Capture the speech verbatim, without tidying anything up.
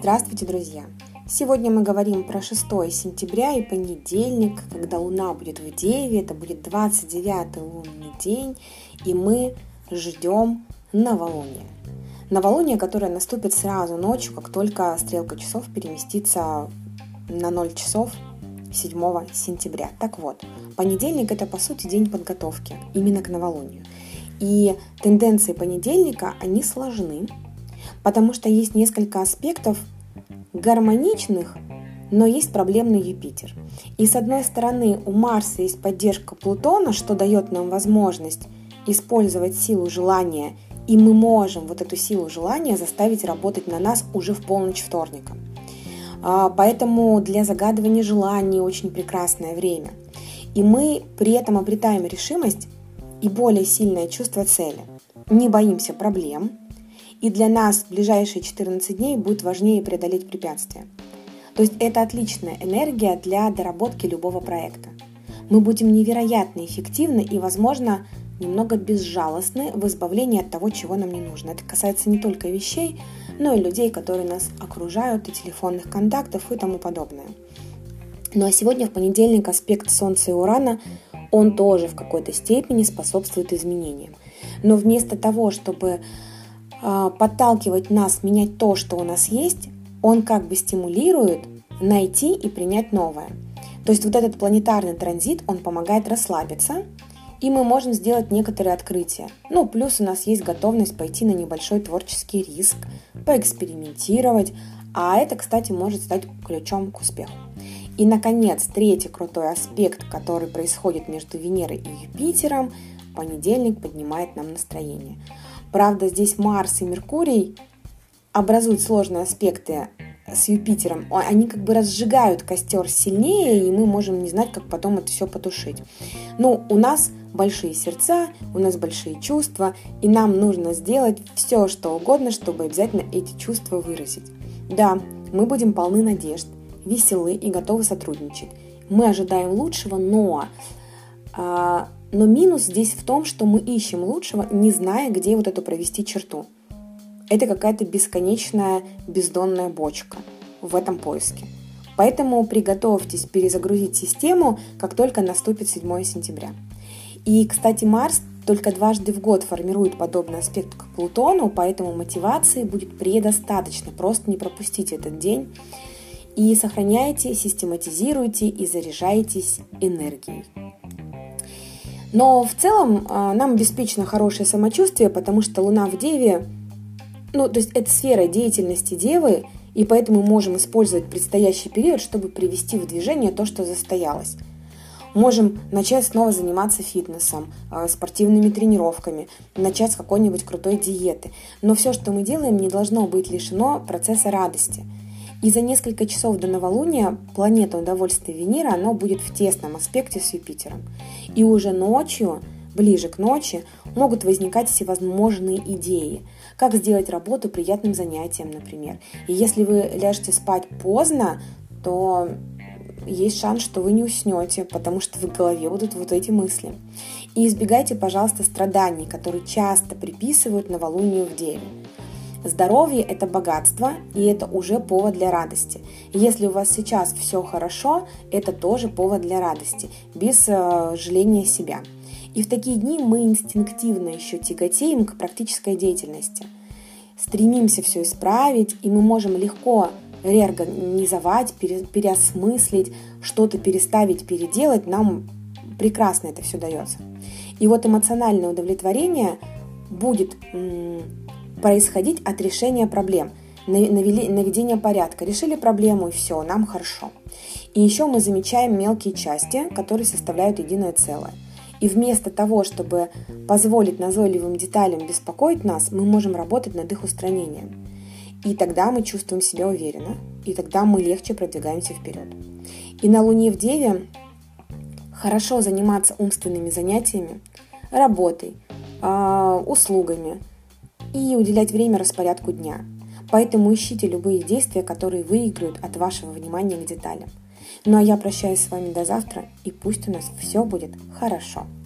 Здравствуйте, друзья! Сегодня мы говорим про шестое сентября и понедельник, когда Луна будет в Деве, это будет двадцать девятый лунный день, и мы ждем новолуния. Новолуние, которое наступит сразу ночью, как только стрелка часов переместится на ноль часов седьмого сентября. Так вот, понедельник – это, по сути, день подготовки именно к новолунию. И тенденции понедельника, они сложны, потому что есть несколько аспектов гармоничных, но есть проблемный Юпитер. И с одной стороны у Марса есть поддержка Плутона, что дает нам возможность использовать силу желания, и мы можем вот эту силу желания заставить работать на нас уже в полночь вторника. Поэтому для загадывания желаний очень прекрасное время. И мы при этом обретаем решимость и более сильное чувство цели. Не боимся проблем. И для нас в ближайшие четырнадцать дней будет важнее преодолеть препятствия. То есть это отличная энергия для доработки любого проекта. Мы будем невероятно эффективны и, возможно, немного безжалостны в избавлении от того, чего нам не нужно. Это касается не только вещей, но и людей, которые нас окружают, и телефонных контактов и тому подобное. Ну а сегодня в понедельник аспект Солнца и Урана, он тоже в какой-то степени способствует изменениям. Но вместо того, чтобы подталкивать нас менять то, что у нас есть, он как бы стимулирует найти и принять новое. То есть вот этот планетарный транзит, он помогает расслабиться, и мы можем сделать некоторые открытия. Ну, плюс у нас есть готовность пойти на небольшой творческий риск, поэкспериментировать, а это, кстати, может стать ключом к успеху. И, наконец, третий крутой аспект, который происходит между Венерой и Юпитером, понедельник поднимает нам настроение. Правда, здесь Марс и Меркурий образуют сложные аспекты с Юпитером. Они как бы разжигают костер сильнее, и мы можем не знать, как потом это все потушить. Но у нас большие сердца, у нас большие чувства, и нам нужно сделать все, что угодно, чтобы обязательно эти чувства выразить. Да, мы будем полны надежд, веселы и готовы сотрудничать. Мы ожидаем лучшего, но... А, Но минус здесь в том, что мы ищем лучшего, не зная, где вот эту провести черту. Это какая-то бесконечная бездонная бочка в этом поиске. Поэтому приготовьтесь перезагрузить систему, как только наступит седьмое сентября. И, кстати, Марс только дважды в год формирует подобный аспект к Плутону, поэтому мотивации будет предостаточно. Просто не пропустите этот день. И сохраняйте, систематизируйте и заряжайтесь энергией. Но в целом нам обеспечено хорошее самочувствие, потому что Луна в Деве, ну, то есть это сфера деятельности Девы, и поэтому мы можем использовать предстоящий период, чтобы привести в движение то, что застоялось. Можем начать снова заниматься фитнесом, спортивными тренировками, начать с какой-нибудь крутой диеты. Но все, что мы делаем, не должно быть лишено процесса радости. И за несколько часов до новолуния планета удовольствия Венера, она будет в тесном аспекте с Юпитером. И уже ночью, ближе к ночи, могут возникать всевозможные идеи. Как сделать работу приятным занятием, например. И если вы ляжете спать поздно, то есть шанс, что вы не уснете, потому что в голове будут вот эти мысли. И избегайте, пожалуйста, страданий, которые часто приписывают новолунию в Деве. Здоровье – это богатство, и это уже повод для радости. Если у вас сейчас все хорошо, это тоже повод для радости, без э, жаления себя. И в такие дни мы инстинктивно еще тяготеем к практической деятельности. Стремимся все исправить, и мы можем легко реорганизовать, пере, переосмыслить, что-то переставить, переделать. Нам прекрасно это все дается. И вот эмоциональное удовлетворение будет... М- происходить от решения проблем, наведения порядка. Решили проблему, и все, нам хорошо. И еще мы замечаем мелкие части, которые составляют единое целое. И вместо того, чтобы позволить назойливым деталям беспокоить нас, мы можем работать над их устранением. И тогда мы чувствуем себя уверенно, и тогда мы легче продвигаемся вперед. И на Луне в Деве хорошо заниматься умственными занятиями, работой, услугами, и уделять время распорядку дня. Поэтому ищите любые действия, которые выиграют от вашего внимания к деталям. Ну а я прощаюсь с вами до завтра, и пусть у нас все будет хорошо.